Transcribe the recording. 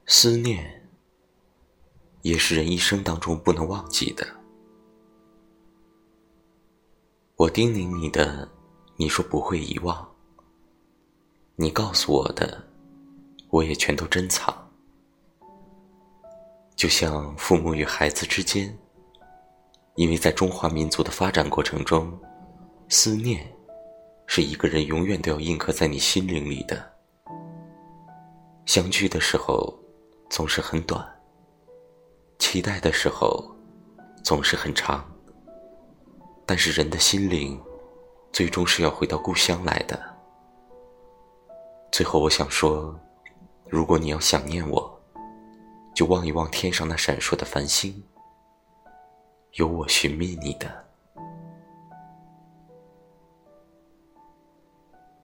思念也是人一生当中不能忘记的。我叮咛你的，你说不会遗忘；你告诉我的，我也全都珍藏。就像父母与孩子之间，因为在中华民族的发展过程中，思念是一个人永远都要印刻在你心灵里的。相聚的时候总是很短，期待的时候总是很长，但是人的心灵最终是要回到故乡来的。最后我想说，如果你要想念我，就望一望天上那闪烁的繁星，有我寻觅你的